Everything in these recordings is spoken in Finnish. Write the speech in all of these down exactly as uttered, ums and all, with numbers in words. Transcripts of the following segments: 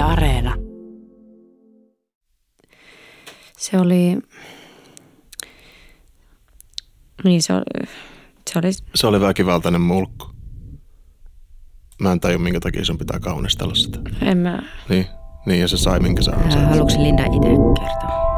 Areena. Se oli... Niin se oli... Se oli, se oli väkivaltainen mulkku. Mä en tajua, minkä takia sun pitää kaunistella sitä. En mä... Niin, niin ja se sai, minkä sä ansait. Haluatko Linda itse kertoa?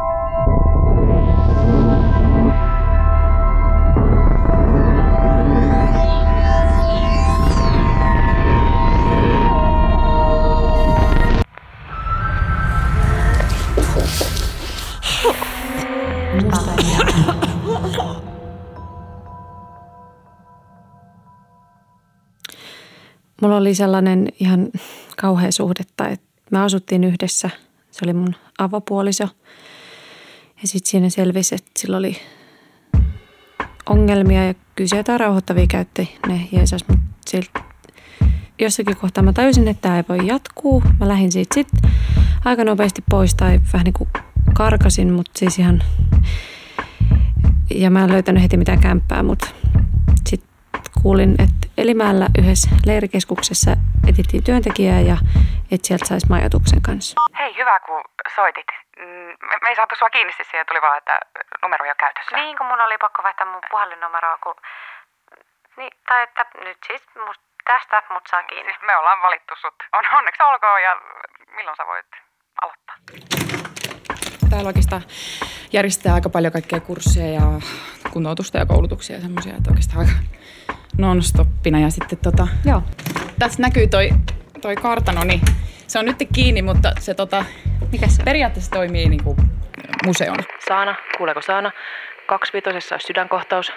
Mulla oli sellainen ihan kauhea suhdetta, että me asuttiin yhdessä. Se oli mun avopuoliso. Ja sitten siinä selvisi, että sillä oli ongelmia ja kyllä jotain rauhoittavia käytti ne Jeesus. Mutta siltä jossakin kohtaa mä tajusin, että tämä ei voi jatkuu. Mä lähdin siitä sitten aika nopeasti pois tai vähän niin kuin karkasin, mutta siis ihan... Ja mä en löytänyt heti mitään kämppää, mutta sitten kuulin, että Elimäellä yhdessä leirikeskuksessa etsittiin työntekijää ja että sieltä saisi majoituksen kanssa. Hei, hyvä kun soitit. Me, me ei saatu sua kiinni, siis siihen tuli vaan, että numero ei ole käytössä. Niin, kun mun oli pakko vaihtaa mun puhelinnumeroa, kun... Niin, tai että nyt siis must, tästä mut saa kiinni. Siis me ollaan valittu sut. On, onneksi olkoon ja milloin sä voit aloittaa? Täällä oikeastaan järjestetään aika paljon kaikkea kursseja ja kuntoutusta ja koulutuksia ja semmoisia, että oikeastaan aika non-stoppina. Ja sitten tota, joo, tässä näkyy toi, toi kartano, niin se on nyt kiinni, mutta se tota, mikäs se periaatteessa toimii niin kuin museona. Saana, kuuleeko Saana? Kaksivitosessa olisi sydänkohtaus.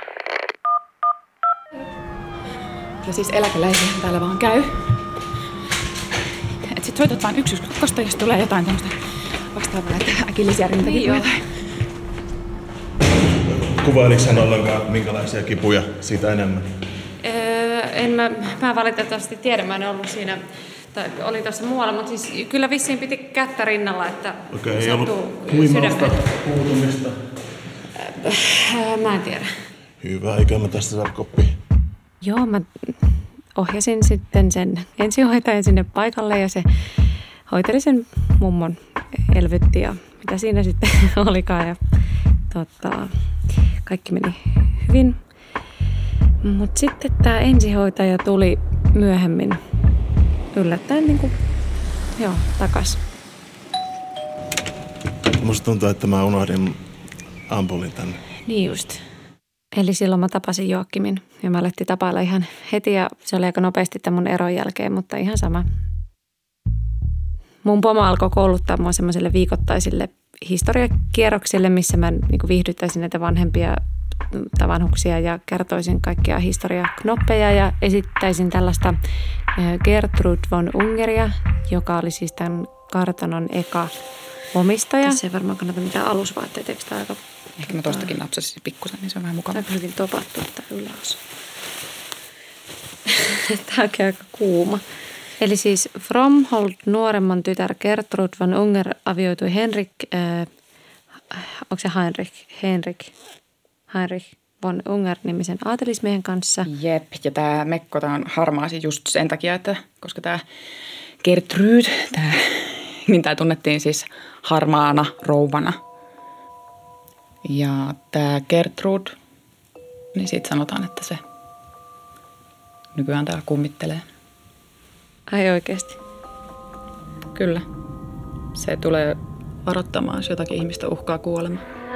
Ja siis eläkeläisiä täällä vaan käy. Et sit soitat vaan yksi yksi kaksi, jos tulee jotain tämmöistä vastaavaa, että äkillisiä rintakipuja. Kuvailiko hän ollenkaan minkälaisia kipuja siitä enemmän? Öö, en mä, mä valitettavasti tiedä, mä en ollut siinä, tai oli tuossa muualla, mutta siis kyllä vissiin piti kättä rinnalla, että okei, ei ollut huimausta, puutumista? Öö, mä en tiedä. Hyvä, eikä mä tästä saa koppia. Joo, mä ohjasin sitten sen ensihoitajan sinne paikalle ja se hoiteli sen mummon, elvytti ja mitä siinä sitten olikaan ja tota, kaikki meni hyvin. Mutta sitten tämä ensihoitaja tuli myöhemmin yllättäen niin kuin, joo, takas. Musta tuntuu, että mä unohdin ampulin tänne. Niin just. Eli silloin mä tapasin Joakimin ja mä alettiin tapailla ihan heti ja se oli aika nopeasti tämän mun eron jälkeen, mutta ihan sama. Mun pomo alkoi kouluttaa mua semmoiselle viikoittaisille historiakierroksille, missä mä niin kuin viihdyttäisin näitä vanhempia tai vanhuksia ja kertoisin kaikkia historiaknoppeja ja esittäisin tällaista Gertrud von Ungeria, joka oli siis tämän kartanon eka omistaja. Tässä ei varmaan kannata mitään alusvaatteita, eikö tämä aika... Ehkä mä tostakin napsasin pikkusen, niin se on vähän mukava. Tämä on hyvin topattu, tämä yläosa. Tämä onkin aika kuuma. Eli siis Fromhold nuoremman tytär Gertrud von Unger avioitui Henrik, äh, onko se Heinrich, Henrik, Heinrich von Unger-nimisen aatelismiehen kanssa. Jep, ja tämä Mekko, tämä on harmaasi just sen takia, että koska tämä Gertrud, tämä, niin tämä tunnettiin siis harmaana rouvana. Ja tämä Gertrud, niin siitä sanotaan, että se nykyään täällä kummittelee. Ai oikeasti? Kyllä. Se tulee varoittamaan, jos jotakin ihmistä uhkaa kuolema.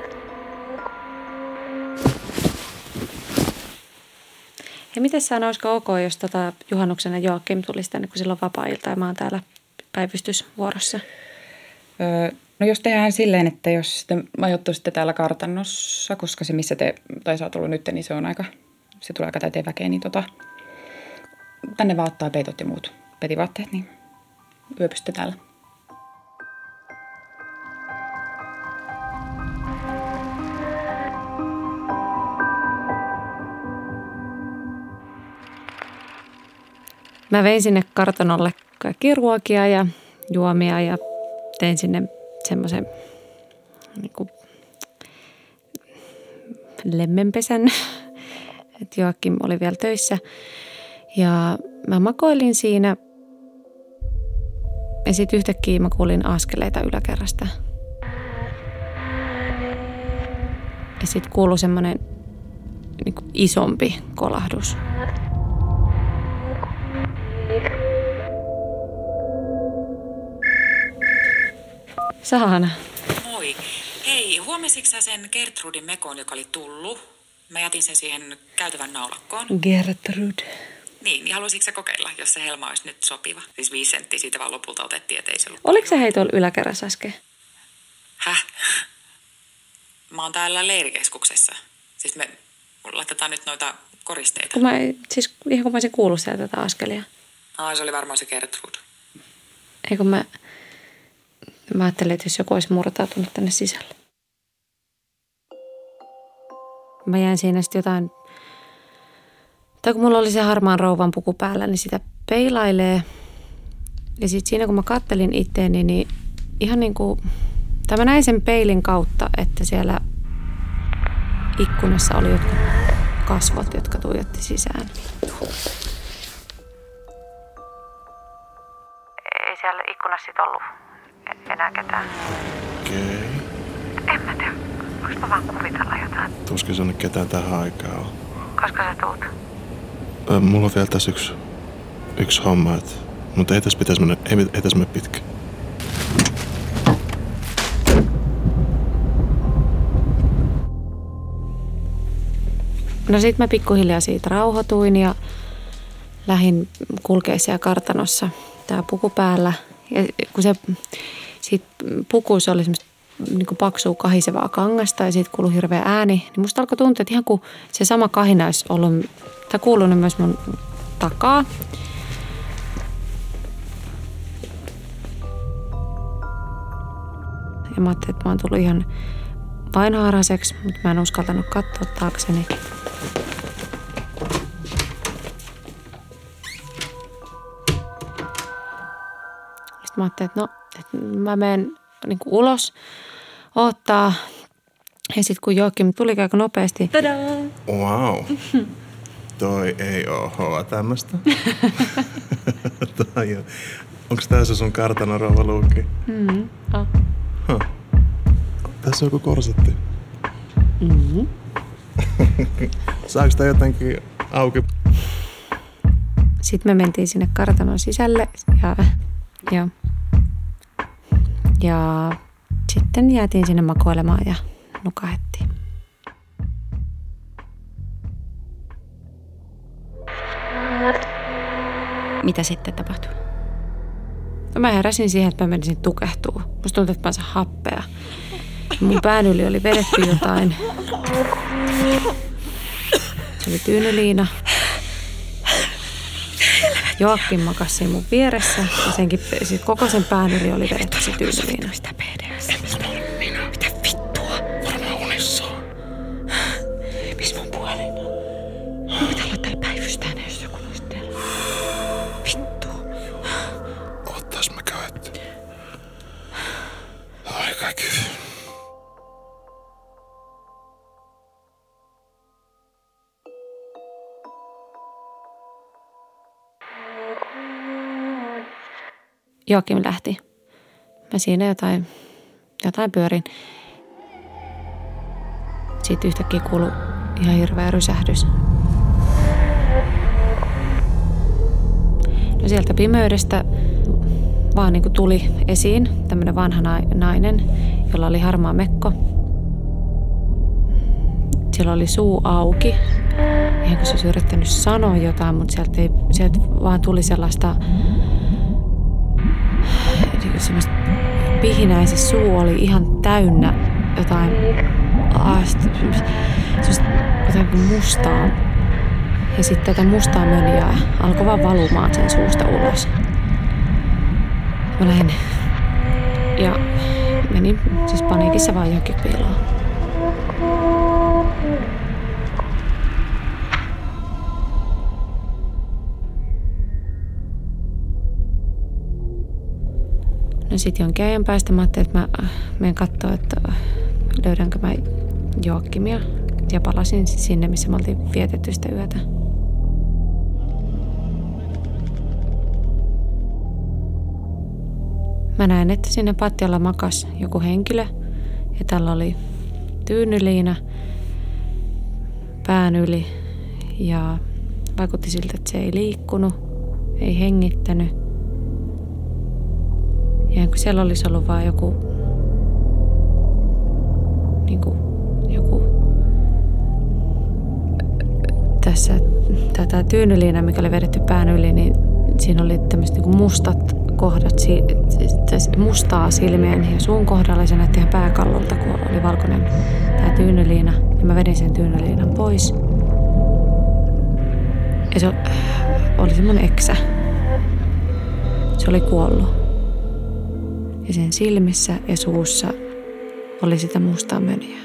Ja miten sä olisiko ok, jos tota juhannuksena Joakim tulisi tänne, kun silloin vapaa-ilta ja mä oon täällä päivystysvuorossa? Öö, no jos tehdään silleen, että jos te majoittuisitte täällä kartanossa, koska se missä te, tai sä oot ollut nyt, niin se on aika, se tulee aika täyteen väkeä, niin tota, tänne vaan ottaa peitot ja muut petivaatteet, niin yöpysitte täällä. Mä vein sinne kartanolle kaikkia ruokia ja juomia ja tein sinne semmoisen niin kuin lemmenpesän, että Joakim oli vielä töissä. Ja mä makoilin siinä Ja sitten yhtäkkiä mä kuulin askeleita yläkerrasta. Ja sitten kuului semmoinen niin kuin isompi kolahdus. Sahana. Moi. Hei, huomasitko sä sen Gertrudin mekon, joka oli tullut? Mä jätin sen siihen käytävän naulakkoon. Gertrud. Niin, niin haluaisitko sä kokeilla, jos se helma olisi nyt sopiva? Siis viisi senttiä siitä vaan lopulta otettiin, ettei se ollut. Oliko se hei tuolla yläkerrassa äsken? Häh? Mä oon täällä leirikeskuksessa. Siis me laitetaan nyt noita koristeita. Kun mä, siis ihan kun mä olisin kuullut sieltä tätä askelia. Aa, se oli varmaan se Gertrud. Ei kun mä, mä ajattelin, että jos joku olisi murtautunut tänne sisälle. Mä jäin siinä sitten jotain, tai kun mulla oli se harmaan rouvan puku päällä, niin sitä peilailee. Ja sitten siinä kun mä kattelin itteeni, niin ihan niin kuin, tai mä näin sen peilin kautta, että siellä ikkunassa oli jotkut kasvot, jotka tuijotti sisään. Ei siellä ikkunassa sit ollut enää ketään. Okei. Okay. En mä tiedä. Voinko mä vaan kuvitella jotain? Tuskin sinne ketään tähän aikaan on. Koska sä tuut? Ö, mulla on vielä tässä yksi, yksi homma, että, mutta ei tässä pitäisi mennä, ei, ei tässä mene pitkä. No sit mä pikkuhiljaa siitä rauhoituin ja lähdin kulkea siellä kartanossa tää puku päällä. Ja kun se siitä pukuissa oli semmoista niin kuin paksua kahisevaa kangasta ja siitä kuului hirveä ääni, niin musta alkoi tuntua, että ihan kuin se sama kahina olisi ollut, tai kuulunut myös mun takaa. Ja mä ajattelin, että mä oon tullut ihan vainoharhaiseksi, mutta mä en uskaltanut katsoa taakseni. Sitten mä ajattelin, että no, että mä menen niin kuin ulos odottaa. Ja sitten kun Joakim tuli aika nopeasti. Tadaa! Wow. Toi ei oo hoa tämmöstä. Toi on. Onks tää se sun kartanon rouva luukki? Mm-hmm. Oh. Huh. Tässä on joku korsetti. Mm-hmm. Saaks tää jotenkin auki? Sitten me mentiin sinne kartanon sisälle ja, ja, ja sitten jäätiin sinne makoilemaan ja nukahettiin. Mitä sitten tapahtui? No mä heräsin siihen, että mä menisin tukehtua. Musta tuntui, että mä saan happea. Mun pään yli oli vedetty jotain. Se oli tyynyliina. Joakim makasi mun vieressä ja senkin, sit koko sen pään yli oli vedetty se tyynyliina. Mitä P D S? Mitä vittua? Varmaan unissaan. Missä mun puhelin on? Mun pitää olla täällä päivystään, jos joku olisi täällä. Vittu. Oottais mä käyt. Aika kyllä. Joakim lähti. Mä siinä jotain, jotain pyörin. Sitten yhtäkkiä kuului ihan hirveä rysähdys. No sieltä pimeydestä vaan niin kuin tuli esiin tämmöinen vanha nainen, jolla oli harmaa mekko. Sillä oli suu auki. Ihan kun se olisi yrittänyt sanoa jotain, mutta sieltä, ei, sieltä vaan tuli sellaista semmoista pihinää ja se suu oli ihan täynnä jotain semmoista jotain mustaa. Ja sitten tätä mustaa mönjää alkoi vaan valumaan sen suusta ulos. Mä lähdin ja menin siis paniikissa vaan johonkin piiloon. No sit jonkin ajan päästä mä ajattelin, että mä menen katsoa, että löydänkö mä Joakimia. Ja palasin sinne, missä me oltiin vietetty sitä yötä. Mä näin, että sinne patjalla makas joku henkilö ja tällä oli tyynyliina pään yli ja vaikutti siltä, että se ei liikkunut, ei hengittänyt. Ja kun siellä olisi ollut vaan joku, niin kuin, joku tässä tätä tyynyliinaa, mikä oli vedetty pään yli, niin siinä oli tämmöiset niin kuin mustat kohdat, mustaa silmien ja suun kohdalla ja se näytti ihan pääkallolta, kun oli valkoinen tämä tyynyliina. Ja mä vedin sen tyynyliinan pois. Ja se oli semmoinen eksä. Se oli kuollut. Ja sen silmissä ja suussa oli sitä mustaa möniä.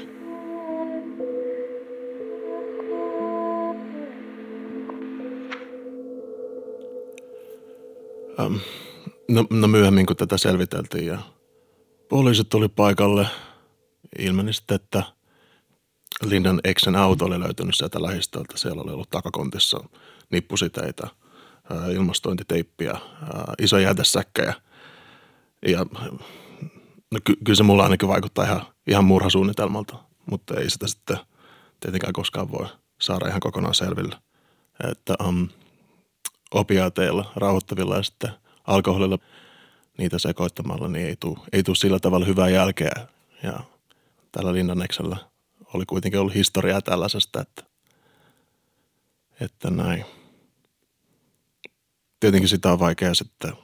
Um. No, no myöhemmin, kun tätä selviteltiin ja poliisit tuli paikalle, ilmeni sitten, että Lindan eksen auto oli löytynyt sieltä lähistöltä. Siellä oli ollut takakontissa nippusiteitä, ilmastointiteippiä, isoja jätesäkkejä. Ja no, ky- kyllä se mulla ainakin vaikuttaa ihan, ihan murhasuunnitelmalta, mutta ei sitä sitten tietenkään koskaan voi saada ihan kokonaan selville. Että um, opiaateilla, rauhoittavilla ja sitten alkoholilla niitä sekoittamalla, niin ei tule ei tuu sillä tavalla hyvää jälkeä. Ja tällä Lindan eksellä oli kuitenkin ollut historiaa tällaisesta, että, että näin. Tietenkin sitä on vaikea sitten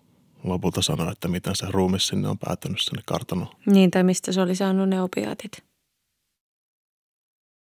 lopulta sanoa, että miten se ruumis sinne on päätynyt sinne kartanoon. Niin, tai mistä se oli saanut ne opiaatit.